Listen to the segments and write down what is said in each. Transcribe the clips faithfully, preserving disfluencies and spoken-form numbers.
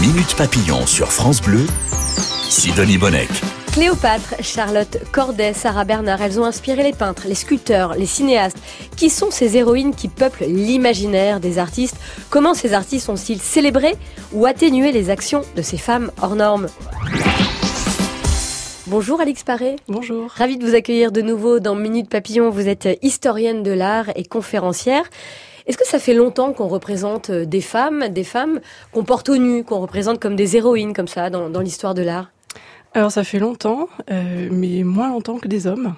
Minute Papillon sur France Bleu, Sidonie Bonnec. Cléopâtre, Charlotte Corday, Sarah Bernard, elles ont inspiré les peintres, les sculpteurs, les cinéastes. Qui sont ces héroïnes qui peuplent l'imaginaire des artistes? Comment ces artistes ont-ils célébré ou atténué les actions de ces femmes hors normes? Bonjour Alix Paré. Bonjour. Ravie de vous accueillir de nouveau dans Minute Papillon. Vous êtes historienne de l'art et conférencière. Est-ce que ça fait longtemps qu'on représente des femmes, des femmes qu'on porte au nu, qu'on représente comme des héroïnes comme ça dans, dans l'histoire de l'art? Alors ça fait longtemps, euh, mais moins longtemps que des hommes.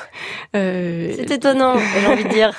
euh, C'est étonnant, j'ai envie de dire.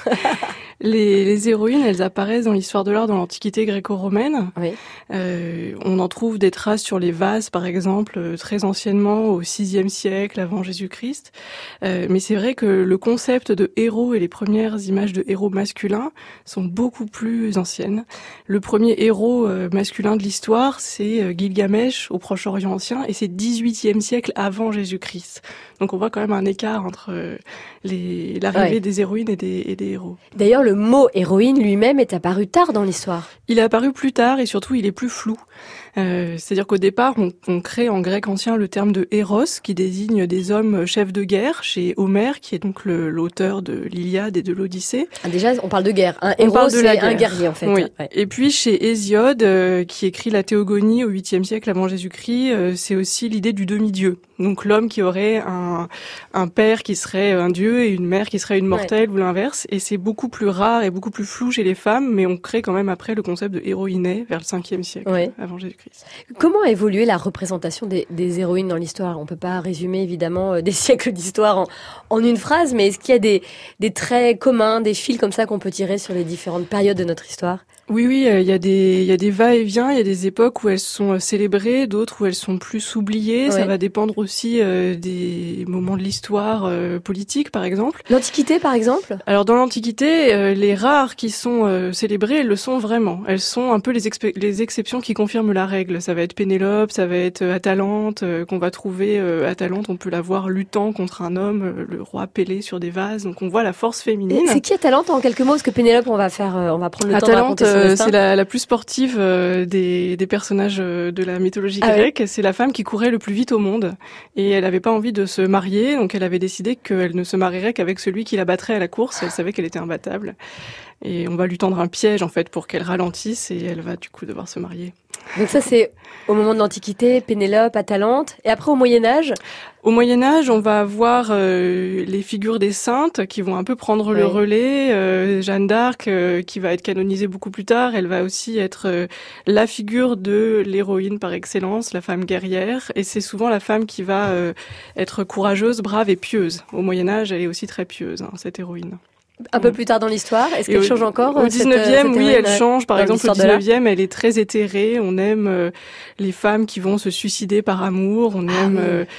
Les, les héroïnes, elles apparaissent dans l'histoire de l'art dans l'Antiquité gréco-romaine. Oui. Euh, on en trouve des traces sur les vases, par exemple, euh, très anciennement, au sixième siècle avant Jésus-Christ. Euh, mais c'est vrai que le concept de héros et les premières images de héros masculins sont beaucoup plus anciennes. Le premier héros euh, masculin de l'histoire, c'est euh, Gilgamesh au Proche-Orient ancien, et c'est dix-huitième siècle avant Jésus-Christ. Donc on voit quand même un écart entre euh, les, l'arrivée ouais. des héroïnes et des, et des héros. D'ailleurs, le mot héroïne lui-même est apparu tard dans l'histoire. Il est apparu plus tard et surtout il est plus flou. Euh, c'est-à-dire qu'au départ, on, on crée en grec ancien le terme de héros qui désigne des hommes chefs de guerre chez Homère, qui est donc le, l'auteur de l'Iliade et de l'Odyssée. Ah, déjà, on parle de guerre. Un on héros, c'est un guerrier en fait. Oui. Ouais. Et puis chez Hésiode, euh, qui écrit la Théogonie au huitième siècle avant Jésus-Christ, euh, c'est aussi l'idée du demi-dieu. Donc l'homme qui aurait un, un père qui serait un dieu et une mère qui serait une mortelle ouais. ou l'inverse. Et c'est beaucoup plus rare et beaucoup plus flou chez les femmes, mais on crée quand même après le concept de héroïné vers le cinquième siècle ouais. avant Jésus-Christ. Comment a évolué la représentation des, des héroïnes dans l'histoire? On peut pas résumer évidemment des siècles d'histoire en, en une phrase, mais est-ce qu'il y a des, des traits communs, des fils comme ça qu'on peut tirer sur les différentes périodes de notre histoire? Oui, oui, il y a des, il y a des va-et-vient, il y a des époques où elles sont célébrées, d'autres où elles sont plus oubliées. Ouais. Ça va dépendre aussi euh, des moments de l'histoire euh, politique, par exemple. L'Antiquité, par exemple? Alors, dans l'Antiquité, euh, les rares qui sont euh, célébrées, elles le sont vraiment. Elles sont un peu les, exp- les exceptions qui confirment la règle. Ça va être Pénélope, ça va être Atalante, euh, qu'on va trouver. Euh, Atalante, on peut la voir luttant contre un homme, euh, le roi Pélée sur des vases. Donc, on voit la force féminine. Et c'est qui Atalante en quelques mots? Parce que Pénélope, on va faire, euh, on va prendre le Atalante, temps de raconter son Euh, c'est la, la plus sportive euh, des, des personnages euh, de la mythologie ah grecque. Ouais. C'est la femme qui courait le plus vite au monde. Et elle n'avait pas envie de se marier, donc elle avait décidé qu'elle ne se marierait qu'avec celui qui la battrait à la course. Elle savait qu'elle était imbattable. Et on va lui tendre un piège, en fait, pour qu'elle ralentisse et elle va, du coup, devoir se marier. Donc ça, c'est au moment de l'Antiquité, Pénélope, Atalante. Et après, au Moyen-Âge? Au Moyen-Âge, on va avoir euh, les figures des saintes qui vont un peu prendre ouais. le relais. Euh, Jeanne d'Arc, euh, qui va être canonisée beaucoup plus tard, elle va aussi être euh, la figure de l'héroïne par excellence, la femme guerrière. Et c'est souvent la femme qui va euh, être courageuse, brave et pieuse. Au Moyen-Âge, elle est aussi très pieuse, hein, cette héroïne. Un peu plus tard dans l'histoire, est-ce qu'elle au, change encore? Au dix-neuvième, oui, elle change. Par exemple, au dix-neuvième, de elle est très éthérée. On aime euh, les femmes qui vont se suicider par amour. On ah, aime oui. euh,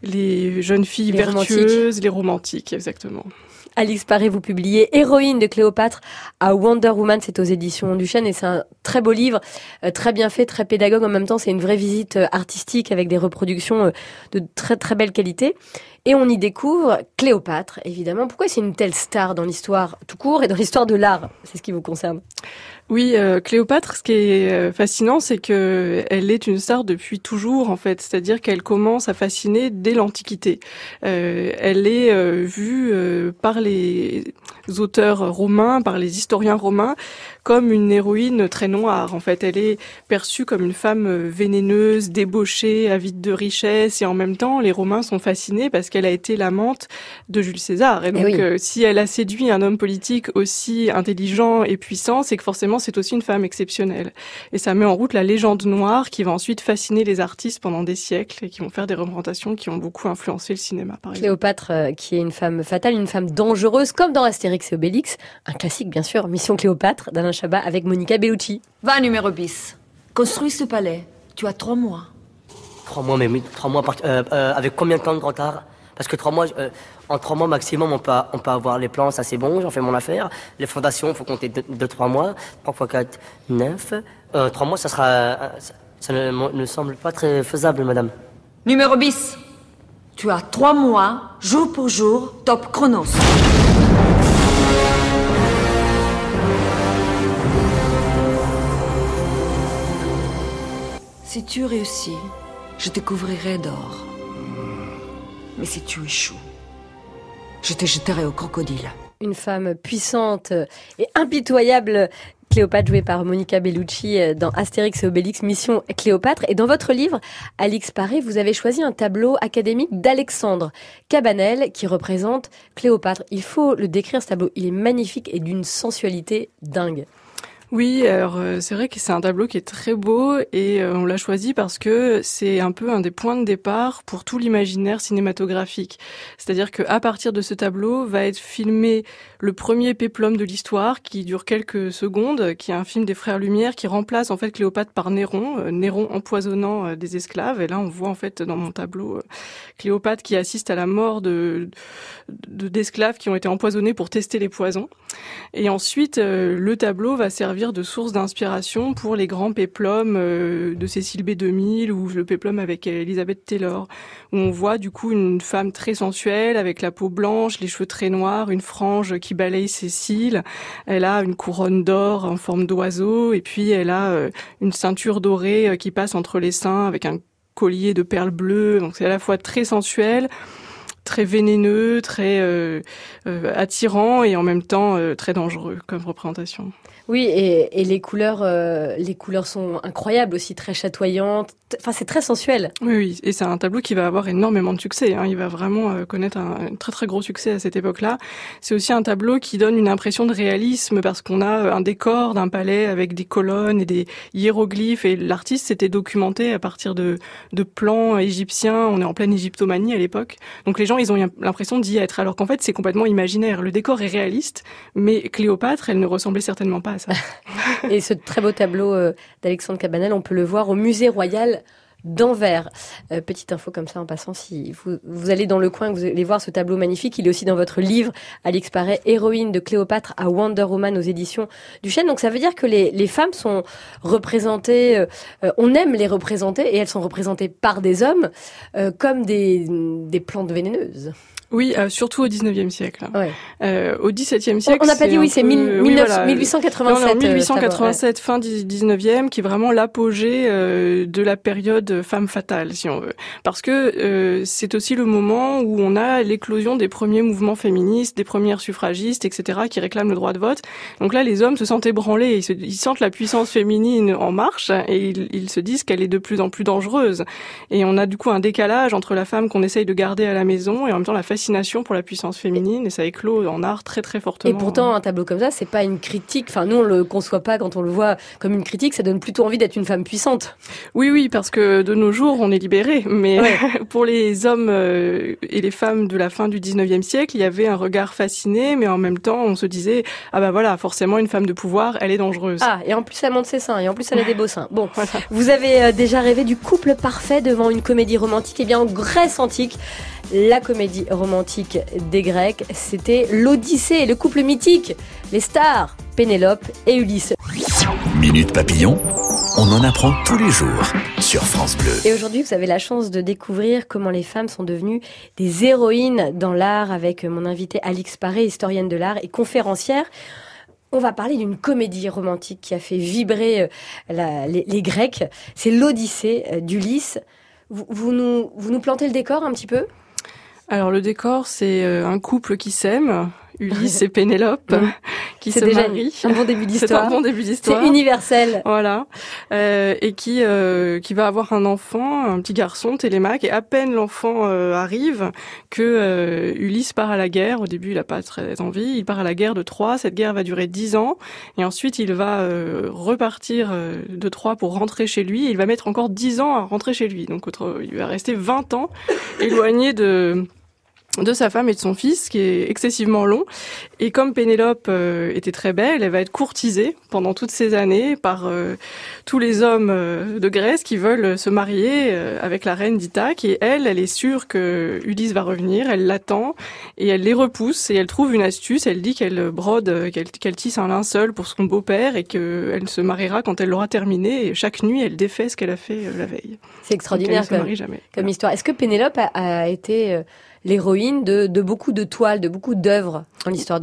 les jeunes filles les vertueuses, romantiques. les romantiques, exactement. Alix Paré, vous publiez Héroïne de Cléopâtre à Wonder Woman, c'est aux éditions Duchesne et c'est un très beau livre, euh, très bien fait, très pédagogue en même temps, c'est une vraie visite euh, artistique avec des reproductions euh, de très très belle qualité. Et on y découvre Cléopâtre, évidemment. Pourquoi c'est une telle star dans l'histoire tout court et dans l'histoire de l'art? C'est ce qui vous concerne. Oui, euh, Cléopâtre, ce qui est fascinant, c'est que elle est une star depuis toujours, en fait. C'est-à-dire qu'elle commence à fasciner dès l'Antiquité. Euh, elle est euh, vue euh, par les auteurs romains, par les historiens romains, comme une héroïne très noire. En fait, elle est perçue comme une femme vénéneuse, débauchée, avide de richesse, et en même temps, les Romains sont fascinés parce qu'elle a été l'amante de Jules César. Et donc, et oui. euh, si elle a séduit un homme politique aussi intelligent et puissant, c'est que forcément, c'est aussi une femme exceptionnelle. Et ça met en route la légende noire qui va ensuite fasciner les artistes pendant des siècles et qui vont faire des représentations qui ont beaucoup influencé le cinéma, par exemple. Cléopâtre, euh, qui est une femme fatale, une femme dangereuse, comme dans Astérix et Obélix. Un classique, bien sûr, Mission Cléopâtre, d'Alain Chabat avec Monica Bellucci. Va, numéro bis. Construis ce palais. Tu as trois mois. Trois mois, mais oui, trois mois, par... euh, euh, avec combien de temps de retard? Parce que trois mois, euh, en trois mois maximum, on peut, on peut avoir les plans, ça c'est bon, j'en fais mon affaire. Les fondations, il faut compter deux, deux, trois mois. Trois fois quatre, neuf. Euh, trois mois, ça sera, euh, ça, ça ne me semble pas très faisable, madame. Numéro bis. Tu as trois mois, jour pour jour, top chronos. Si tu réussis, je te couvrirai d'or. Mais si tu échoues, je te jeterai au crocodile. Une femme puissante et impitoyable, Cléopâtre, jouée par Monica Bellucci dans Astérix et Obélix, Mission Cléopâtre. Et dans votre livre, Alix Paré, vous avez choisi un tableau académique d'Alexandre Cabanel qui représente Cléopâtre. Il faut le décrire, ce tableau. Il est magnifique et d'une sensualité dingue. Oui, alors euh, c'est vrai que c'est un tableau qui est très beau et euh, on l'a choisi parce que c'est un peu un des points de départ pour tout l'imaginaire cinématographique. C'est-à-dire qu'à partir de ce tableau va être filmé le premier péplum de l'histoire qui dure quelques secondes, qui est un film des Frères Lumière qui remplace en fait Cléopâtre par Néron, euh, Néron empoisonnant euh, des esclaves. Et là on voit en fait dans mon tableau euh, Cléopâtre qui assiste à la mort de, de d'esclaves qui ont été empoisonnés pour tester les poisons. Et ensuite euh, le tableau va servir de source d'inspiration pour les grands péplums euh, de Cécile B deux mille ou le péplum avec Elizabeth Taylor, où on voit du coup une femme très sensuelle avec la peau blanche, les cheveux très noirs, une frange qui balaye ses cils, elle a une couronne d'or en forme d'oiseau et puis elle a euh, une ceinture dorée euh, qui passe entre les seins avec un collier de perles bleues, donc c'est à la fois très sensuel, très vénéneux, très euh, euh, attirant et en même temps euh, très dangereux comme représentation. Oui, et, et les couleurs, euh, les couleurs sont incroyables aussi, très chatoyantes. Enfin, c'est très sensuel. Oui, oui, et c'est un tableau qui va avoir énormément de succès. Hein. Il va vraiment euh, connaître un, un très très gros succès à cette époque-là. C'est aussi un tableau qui donne une impression de réalisme parce qu'on a un décor d'un palais avec des colonnes et des hiéroglyphes. Et l'artiste s'était documenté à partir de, de plans égyptiens. On est en pleine égyptomanie à l'époque. Donc les gens, ils ont l'impression d'y être. Alors qu'en fait, c'est complètement imaginaire. Le décor est réaliste, mais Cléopâtre, elle ne ressemblait certainement pas à ça. Et ce très beau tableau euh, d'Alexandre Cabanel, on peut le voir au Musée Royal d'Anvers. Euh, petite info comme ça en passant, si vous, vous allez dans le coin, vous allez voir ce tableau magnifique. Il est aussi dans votre livre, Alix Paré, héroïne de Cléopâtre à Wonder Woman aux éditions du Chêne. Donc ça veut dire que les, les femmes sont représentées, euh, on aime les représenter et elles sont représentées par des hommes euh, comme des, des plantes vénéneuses. Oui, euh, surtout au dix-neuvième siècle. Ouais. Euh, au dix-septième siècle, on n'a pas dit oui, c'est peu... mille, oui, voilà. mille huit cent quatre-vingt-sept. Non, non, mille huit cent quatre-vingt-sept, euh, fin dix-neuvième, qui est vraiment l'apogée euh, de la période femme fatale, si on veut. Parce que euh, c'est aussi le moment où on a l'éclosion des premiers mouvements féministes, des premières suffragistes, et cetera, qui réclament le droit de vote. Donc là, les hommes se sentent ébranlés, ils, se, ils sentent la puissance féminine en marche, et ils, ils se disent qu'elle est de plus en plus dangereuse. Et on a du coup un décalage entre la femme qu'on essaye de garder à la maison et en même temps la fascination pour la puissance féminine, et ça éclot en art très très fortement. Et pourtant, un tableau comme ça, c'est pas une critique. Enfin, nous, on le conçoit pas quand on le voit comme une critique. Ça donne plutôt envie d'être une femme puissante. Oui, oui, parce que de nos jours, on est libérés. Mais ouais. Pour les hommes euh, et les femmes de la fin du dix-neuvième siècle, il y avait un regard fasciné, mais en même temps, on se disait, ah bah voilà, forcément, une femme de pouvoir, elle est dangereuse. Ah, et en plus, elle monte ses seins, et en plus, elle a des beaux seins. Bon, voilà. Vous avez euh, déjà rêvé du couple parfait devant une comédie romantique. Eh bien, en Grèce antique, la comédie romantique des Grecs, c'était l'Odyssée, le couple mythique, les stars, Pénélope et Ulysse. Minute Papillon, on en apprend tous les jours sur France Bleu. Et aujourd'hui, vous avez la chance de découvrir comment les femmes sont devenues des héroïnes dans l'art avec mon invitée Alix Paré, historienne de l'art et conférencière. On va parler d'une comédie romantique qui a fait vibrer la, les, les Grecs. C'est l'Odyssée d'Ulysse. Vous, vous, nous, vous nous plantez le décor un petit peu ? Alors le décor, c'est un couple qui s'aime, Ulysse et Pénélope, qui c'est se déjà marient. un bon début d'histoire. C'est un bon début d'histoire. C'est universel. Voilà. Euh, et qui euh, qui va avoir un enfant, un petit garçon, Télémaque, et à peine l'enfant euh, arrive que euh, Ulysse part à la guerre. Au début, il a pas très envie. Il part à la guerre de Troie. Cette guerre va durer dix ans, et ensuite il va euh, repartir euh, de Troie pour rentrer chez lui. Et il va mettre encore dix ans à rentrer chez lui. Donc autre, il va rester vingt ans éloigné de de sa femme et de son fils, qui est excessivement long. Et comme Pénélope euh, était très belle, elle va être courtisée pendant toutes ces années par euh, tous les hommes euh, de Grèce qui veulent se marier euh, avec la reine d'Ithaque. Et elle, elle est sûre que Ulysse va revenir, elle l'attend et elle les repousse et elle trouve une astuce. Elle dit qu'elle brode, qu'elle, qu'elle tisse un linceul pour son beau-père et qu'elle se mariera quand elle l'aura terminé. Et chaque nuit, elle défait ce qu'elle a fait euh, la veille. C'est extraordinaire comme, jamais. comme histoire. Est-ce que Pénélope a, a été... Euh... l'héroïne de, de beaucoup de toiles, de beaucoup d'œuvres dans l'histoire de l'art?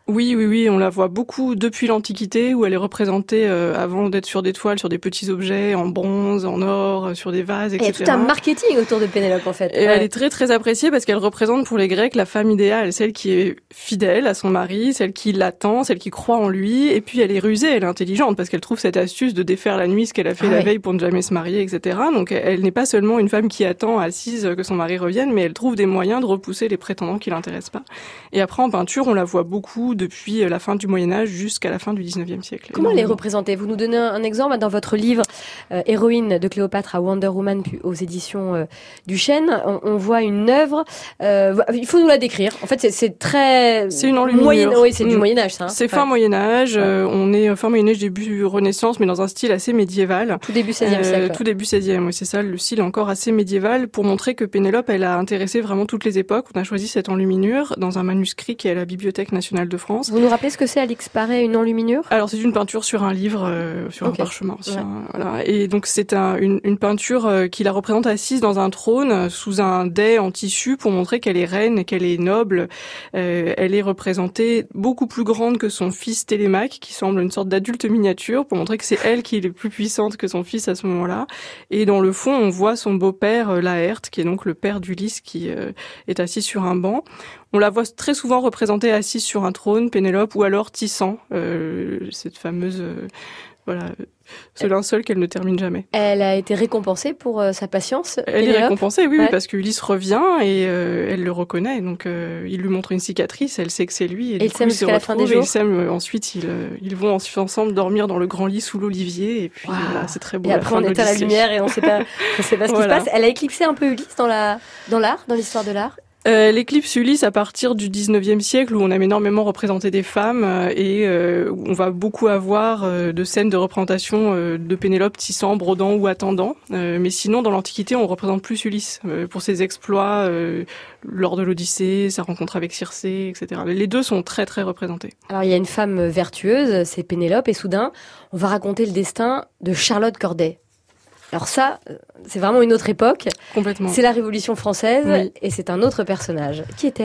Oui, oui, oui, on la voit beaucoup depuis l'Antiquité, où elle est représentée euh, avant d'être sur des toiles, sur des petits objets en bronze, en or, sur des vases, et cetera. Il y a tout un marketing autour de Pénélope, en fait. Et ouais. Elle est très, très appréciée parce qu'elle représente pour les Grecs la femme idéale, celle qui est fidèle à son mari, celle qui l'attend, celle qui croit en lui, et puis elle est rusée, elle est intelligente, parce qu'elle trouve cette astuce de défaire la nuit, ce qu'elle a fait ah la ouais. veille pour ne jamais se marier, et cetera. Donc elle n'est pas seulement une femme qui attend assise que son mari revienne, mais elle trouve des moyens de repousser les prétendants qui l'intéressent pas. Et après, en peinture, on la voit beaucoup depuis la fin du Moyen-Âge jusqu'à la fin du dix-neuvième siècle. Comment elle est représentée? Vous nous donnez un exemple dans votre livre euh, Héroïne de Cléopâtre à Wonder Woman aux éditions euh, Duchesne. On, on voit une œuvre. Euh, il faut nous la décrire. En fait, c'est, c'est très. C'est une enluminure. Moyen... Oui, c'est mmh. du Moyen-Âge, ça. Hein. C'est fin ouais. Moyen-Âge. Ouais. Euh, on est fin Moyen-Âge, début Renaissance, mais dans un style assez médiéval. Tout début seizième siècle. Euh, tout début seizième, oui, c'est ça. Le style est encore assez médiéval pour montrer que Pénélope, elle a intéressé vraiment toutes les époques. On a choisi cette enluminure dans un manuscrit qui est à la Bibliothèque nationale de France. Vous nous rappelez ce que c'est, Alix Paré, une enluminure? Alors c'est une peinture sur un livre, euh, sur okay. un parchemin. Sur ouais. un, voilà. Et donc c'est un, une, une peinture euh, qui la représente assise dans un trône euh, sous un dais en tissu pour montrer qu'elle est reine et qu'elle est noble. Euh, elle est représentée beaucoup plus grande que son fils Télémaque, qui semble une sorte d'adulte miniature, pour montrer que c'est elle qui est la plus puissante que son fils à ce moment-là. Et dans le fond, on voit son beau-père euh, Laërte, qui est donc le père d'Ulysse, qui euh, est assis sur un banc. On la voit très souvent représentée assise sur un trône, Pénélope, ou alors tissant, euh, cette fameuse, euh, voilà, ce linceul qu'elle ne termine jamais. Elle a été récompensée pour euh, sa patience. Elle Pénélope. est récompensée, oui, ouais. oui, parce que Ulysse revient et euh, elle le reconnaît, donc euh, il lui montre une cicatrice, elle sait que c'est lui, et, et du coup il se retrouve et ils s'aiment. Ensuite, ils, euh, ils vont ensemble dormir dans le grand lit sous l'olivier, et puis wow. voilà, c'est très beau. Et après, on éteint la lumière et on sait pas, on sait pas ce voilà. qui se passe. Elle a éclipsé un peu Ulysse dans la, dans l'art, dans l'histoire de l'art. Euh, l'éclipse Ulysse à partir du dix-neuvième siècle, où on aime énormément représenter des femmes euh, et euh, où on va beaucoup avoir euh, de scènes de représentation euh, de Pénélope tissant, brodant ou attendant. Euh, mais sinon, dans l'Antiquité, on représente plus Ulysse euh, pour ses exploits euh, lors de l'Odyssée, sa rencontre avec Circé, et cetera. Les deux sont très très représentés. Alors il y a une femme vertueuse, c'est Pénélope, et soudain, on va raconter le destin de Charlotte Corday. Alors ça, c'est vraiment une autre époque. Complètement. C'est la Révolution française oui. et c'est un autre personnage. Qui est-elle ?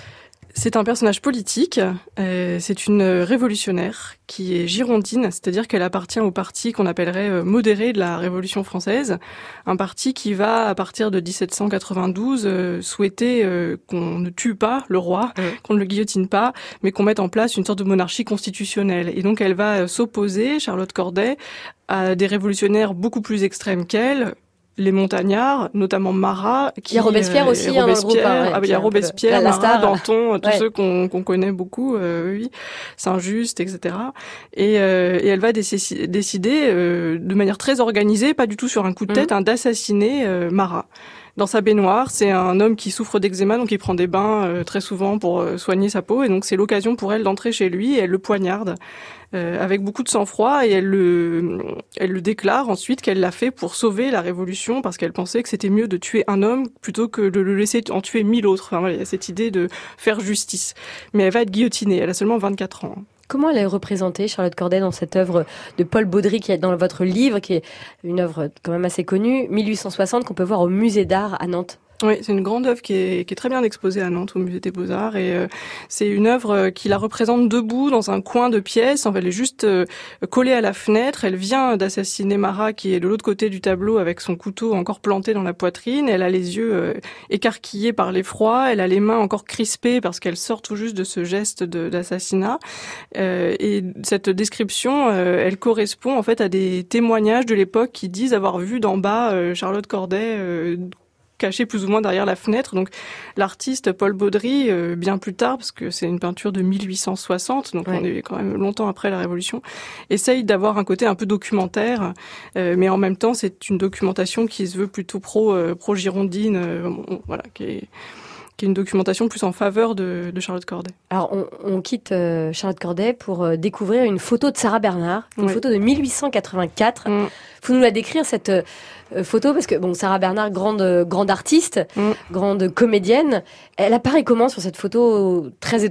C'est un personnage politique, euh, c'est une révolutionnaire qui est girondine, c'est-à-dire qu'elle appartient au parti qu'on appellerait euh, modéré de la Révolution française, un parti qui va, à partir de dix-sept cent quatre-vingt-douze, euh, souhaiter euh, qu'on ne tue pas le roi, mmh. qu'on ne le guillotine pas, mais qu'on mette en place une sorte de monarchie constitutionnelle. Et donc elle va euh, s'opposer, Charlotte Corday, à des révolutionnaires beaucoup plus extrêmes qu'elle, les montagnards, notamment Marat. Qui, il y a Robespierre euh, aussi, Robespierre, hein, dans le groupe. Hein, ouais, ah, bah, il y a Robespierre, la, la Marat, Danton, tous ouais. ceux qu'on, qu'on connaît beaucoup, euh, oui, Saint-Just, et cetera. Et, euh, et elle va déc- décider, euh, de manière très organisée, pas du tout sur un coup de tête, mmh. hein, d'assassiner euh, Marat. Dans sa baignoire, c'est un homme qui souffre d'eczéma, donc il prend des bains euh, très souvent pour euh, soigner sa peau, et donc c'est l'occasion pour elle d'entrer chez lui, et elle le poignarde euh, avec beaucoup de sang-froid, et elle le, elle le déclare ensuite qu'elle l'a fait pour sauver la Révolution, parce qu'elle pensait que c'était mieux de tuer un homme plutôt que de le laisser en tuer mille autres. Enfin voilà, il y a cette idée de faire justice. Mais elle va être guillotinée, elle a seulement vingt-quatre ans. Comment elle est représentée, Charlotte Corday, dans cette œuvre de Paul Baudry qui est dans votre livre, qui est une œuvre quand même assez connue, mille huit cent soixante, qu'on peut voir au Musée d'Art à Nantes? Oui, c'est une grande œuvre qui est, qui est très bien exposée à Nantes, au Musée des Beaux-Arts, et euh, c'est une œuvre qui la représente debout dans un coin de pièce. En fait, elle est juste euh, collée à la fenêtre. Elle vient d'assassiner Marat, qui est de l'autre côté du tableau, avec son couteau encore planté dans la poitrine. Elle a les yeux euh, écarquillés par l'effroi. Elle a les mains encore crispées parce qu'elle sort tout juste de ce geste de, d'assassinat. Euh, et cette description, euh, elle correspond en fait à des témoignages de l'époque qui disent avoir vu d'en bas euh, Charlotte Corday euh, caché plus ou moins derrière la fenêtre. Donc l'artiste Paul Baudry, euh, bien plus tard, parce que c'est une peinture de mille huit cent soixante, donc ouais. on est quand même longtemps après la Révolution, essaye d'avoir un côté un peu documentaire, euh, mais en même temps c'est une documentation qui se veut plutôt pro euh, pro girondine, euh, voilà, qui est qui est une documentation plus en faveur de, de Charlotte Corday. Alors, on, on quitte euh, Charlotte Corday pour euh, découvrir une photo de Sarah Bernhardt, une oui. photo de mille huit cent quatre-vingt-quatre. Mm. Faut nous la décrire, cette euh, photo, parce que, bon, Sarah Bernhardt, grande, euh, grande artiste, mm. grande comédienne, elle apparaît comment sur cette photo très étonnante ?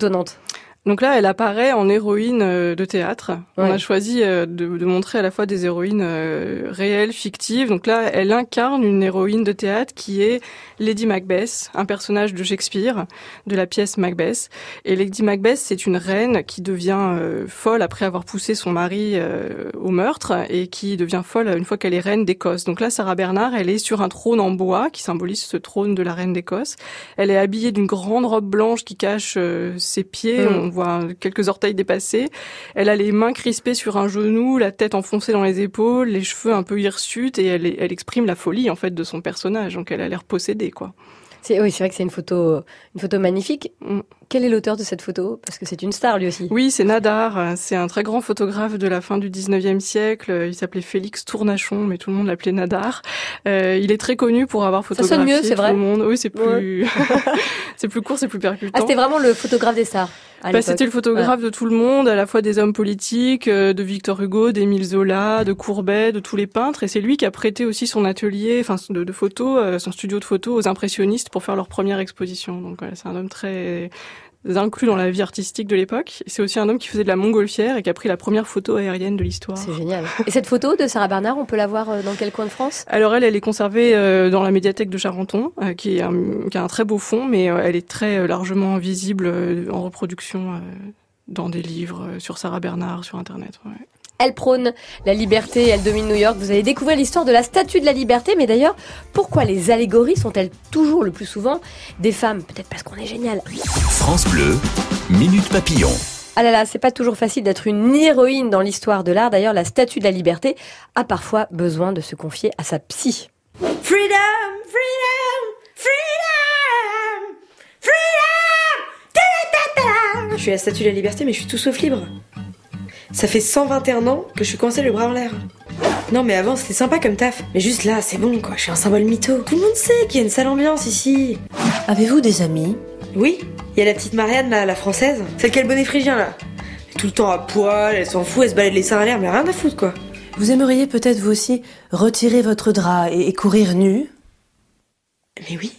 Donc là, elle apparaît en héroïne de théâtre. Ouais. On a choisi de, de montrer à la fois des héroïnes réelles, fictives. Donc là, elle incarne une héroïne de théâtre qui est Lady Macbeth, un personnage de Shakespeare, de la pièce Macbeth. Et Lady Macbeth, c'est une reine qui devient euh, folle après avoir poussé son mari euh, au meurtre et qui devient folle une fois qu'elle est reine d'Écosse. Donc là, Sarah Bernhardt, elle est sur un trône en bois qui symbolise ce trône de la reine d'Écosse. Elle est habillée d'une grande robe blanche qui cache euh, ses pieds. Mmh. On voit quelques orteils dépassés. Elle a les mains crispées sur un genou, la tête enfoncée dans les épaules, les cheveux un peu hirsutes et elle, elle exprime la folie en fait de son personnage. Donc elle a l'air possédée, quoi. C'est, oui, c'est vrai que c'est une photo, une photo magnifique. Mm. Quel est l'auteur de cette photo? Parce que c'est une star, lui aussi. Oui, c'est Nadar. C'est un très grand photographe de la fin du dix-neuvième siècle. Il s'appelait Félix Tournachon, mais tout le monde l'appelait Nadar. Euh, il est très connu pour avoir photographié Ça sonne mieux, c'est vrai. Tout le monde. Oui, c'est plus, ouais. c'est plus court, c'est plus percutant. Ah, c'était vraiment le photographe des stars. Bah, c'était le photographe ouais. de tout le monde, à la fois des hommes politiques, de Victor Hugo, d'Émile Zola, de Courbet, de tous les peintres. Et c'est lui qui a prêté aussi son atelier, enfin de, de photos, son studio de photos aux impressionnistes pour faire leur première exposition. Donc voilà, c'est un homme très inclus dans la vie artistique de l'époque. C'est aussi un homme qui faisait de la montgolfière et qui a pris la première photo aérienne de l'histoire. C'est génial. Et cette photo de Sarah Bernhardt, on peut la voir dans quel coin de France? Alors elle, elle est conservée dans la médiathèque de Charenton, qui, est un, qui a un très beau fond, mais elle est très largement visible en reproduction dans des livres sur Sarah Bernhardt, sur Internet. Ouais. Elle prône la liberté, elle domine New York. Vous allez découvrir l'histoire de la Statue de la Liberté. Mais d'ailleurs, pourquoi les allégories sont-elles toujours le plus souvent des femmes? Peut-être parce qu'on est génial. France Bleu, Minute Papillon. Ah là là, c'est pas toujours facile d'être une héroïne dans l'histoire de l'art. D'ailleurs, la Statue de la Liberté a parfois besoin de se confier à sa psy. Freedom, freedom, freedom, freedom. Je suis la Statue de la Liberté, mais je suis tout sauf libre. Ça fait cent vingt et un ans que je suis coincée le bras en l'air. Non mais avant c'était sympa comme taf. Mais juste là, c'est bon quoi, je suis un symbole mytho. Tout le monde sait qu'il y a une sale ambiance ici. Avez-vous des amis? Oui, il y a la petite Marianne là, la française. Celle qui a le bonnet phrygien là. Elle est tout le temps à poil, elle s'en fout, elle se balade les seins à l'air, mais rien à foutre quoi. Vous aimeriez peut-être vous aussi retirer votre drap et, et courir nu? Mais oui.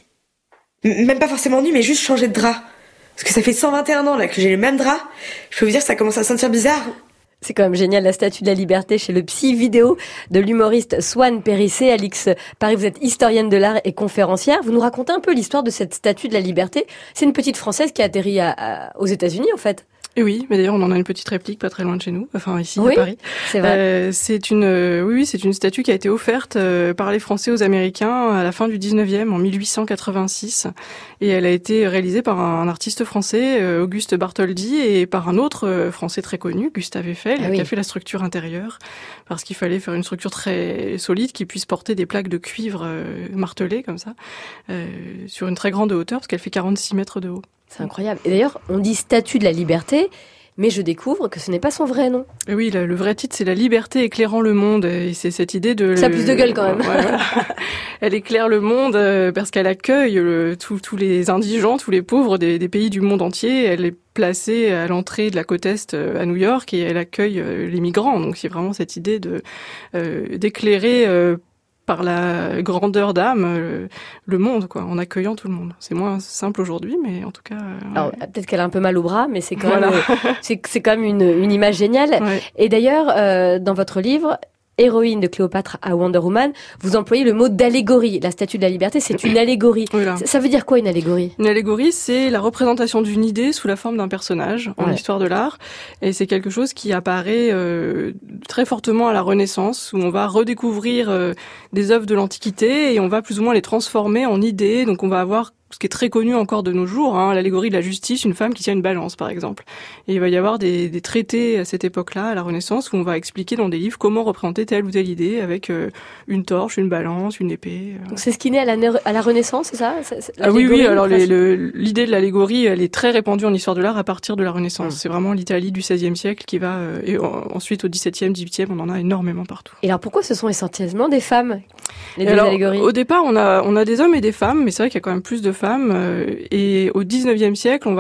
M- même pas forcément nu, mais juste changer de drap. Parce que ça fait cent vingt et un ans là que j'ai le même drap. Je peux vous dire que ça commence à sentir bizarre. C'est quand même génial, la Statue de la Liberté chez le Psy Vidéo de l'humoriste Swan Périssé. Alix Paris, vous êtes historienne de l'art et conférencière. Vous nous racontez un peu l'histoire de cette Statue de la Liberté. C'est une petite Française qui a atterri à, à, aux États-Unis, en fait. Et oui, mais d'ailleurs on en a une petite réplique pas très loin de chez nous, enfin ici oui, à Paris. C'est vrai. Euh, c'est une, euh, oui, oui, c'est une statue qui a été offerte euh, par les Français aux Américains à la fin du dix-neuvième, en mille huit cent quatre-vingt-six, et elle a été réalisée par un artiste français, euh, Auguste Bartholdi, et par un autre euh, Français très connu, Gustave Eiffel, ah, qui oui. a fait la structure intérieure, parce qu'il fallait faire une structure très solide qui puisse porter des plaques de cuivre euh, martelées comme ça, euh, sur une très grande hauteur, parce qu'elle fait quarante-six mètres de haut. C'est incroyable. Et d'ailleurs, on dit Statue de la Liberté, mais je découvre que ce n'est pas son vrai nom. Et oui, le, le vrai titre, c'est La liberté éclairant le monde. Et c'est cette idée de... Ça a plus de gueule quand même. Ouais, voilà. Elle éclaire le monde euh, parce qu'elle accueille tous les indigents, tous les pauvres des, des pays du monde entier. Elle est placée à l'entrée de la côte Est euh, à New York et elle accueille euh, les migrants. Donc c'est vraiment cette idée de euh, d'éclairer... Euh, par la grandeur d'âme, le, le monde, quoi, en accueillant tout le monde. C'est moins simple aujourd'hui, mais en tout cas... Euh, Alors, ouais. peut-être qu'elle a un peu mal au bras, mais c'est quand voilà. même, c'est, c'est quand même une, une image géniale. Ouais. Et d'ailleurs, euh, dans votre livre, Héroïne de Cléopâtre à Wonder Woman, vous employez le mot d'allégorie. La Statue de la Liberté, c'est une allégorie. Voilà. Ça veut dire quoi, une allégorie? Une allégorie, c'est la représentation d'une idée sous la forme d'un personnage en ouais. histoire de l'art. Et c'est quelque chose qui apparaît euh, très fortement à la Renaissance, où on va redécouvrir euh, des œuvres de l'Antiquité et on va plus ou moins les transformer en idées. Donc on va avoir ce qui est très connu encore de nos jours, hein, l'allégorie de la justice, une femme qui tient une balance, par exemple. Et il va y avoir des, des traités à cette époque-là, à la Renaissance, où on va expliquer dans des livres comment représenter telle ou telle idée avec euh, une torche, une balance, une épée. Euh. Donc c'est ce qui naît à la, à la Renaissance, c'est ça? C'est, c'est ah oui, oui, alors les, le, l'idée de l'allégorie, elle est très répandue en histoire de l'art à partir de la Renaissance. Mmh. C'est vraiment l'Italie du seizième siècle qui va... Euh, et en, ensuite, au dix-septième, dix-huitième, on en a énormément partout. Et alors pourquoi ce sont essentiellement des femmes, les et deux alors, allégories? Au départ, on a, on a des hommes et des femmes, mais c'est vrai qu'il y a quand même plus de femmes. Euh, et au dix-neuvième siècle, on va avoir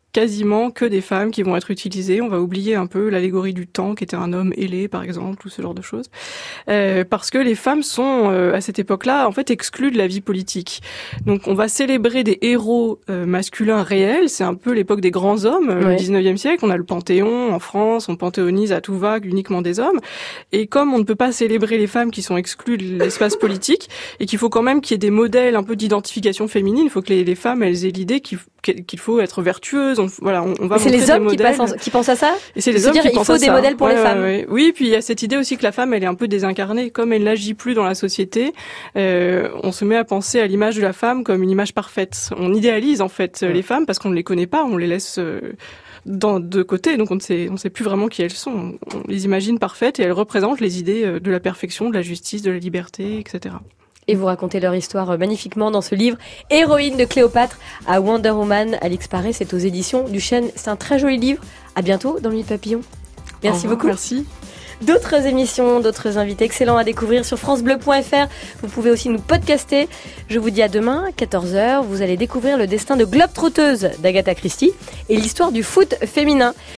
quasiment que des femmes qui vont être utilisées. On va oublier un peu l'allégorie du temps, qui était un homme ailé, par exemple, ou ce genre de choses. Euh, parce que les femmes sont, euh, à cette époque-là, en fait, exclues de la vie politique. Donc, on va célébrer des héros euh, masculins réels. C'est un peu l'époque des grands hommes, euh, ouais. le dix-neuvième siècle. On a le Panthéon en France, on panthéonise à tout va uniquement des hommes. Et comme on ne peut pas célébrer les femmes qui sont exclues de l'espace politique, et qu'il faut quand même qu'il y ait des modèles un peu d'identification féminine, il faut que les, les femmes, elles aient l'idée qu'il, qu'il faut être vertueuse. On, voilà, on, on va c'est montrer les hommes des qui, modèles. Passent en, qui pensent à ça. Et c'est les Se hommes dire, qui il pensent faut à des ça. modèles pour ouais, les ouais, femmes. Ouais. Oui, puis il y a cette idée aussi que la femme, elle est un peu désincarnée. Comme elle n'agit plus dans la société, euh, on se met à penser à l'image de la femme comme une image parfaite. On idéalise en fait ouais. les femmes parce qu'on ne les connaît pas, on les laisse euh, dans, de côté, donc on ne sait, on sait plus vraiment qui elles sont. On les imagine parfaites et elles représentent les idées de la perfection, de la justice, de la liberté, et cetera. Et vous racontez leur histoire magnifiquement dans ce livre Héroïne de Cléopâtre à Wonder Woman. Alix Paré, c'est aux éditions du Chêne. C'est un très joli livre. À bientôt dans Minute Papillon. Merci beaucoup. Merci. D'autres émissions, d'autres invités excellents à découvrir sur francebleu point f r. Vous pouvez aussi nous podcaster. Je vous dis à demain, quatorze heures. Vous allez découvrir le destin de globe-trotteuse d'Agatha Christie et l'histoire du foot féminin.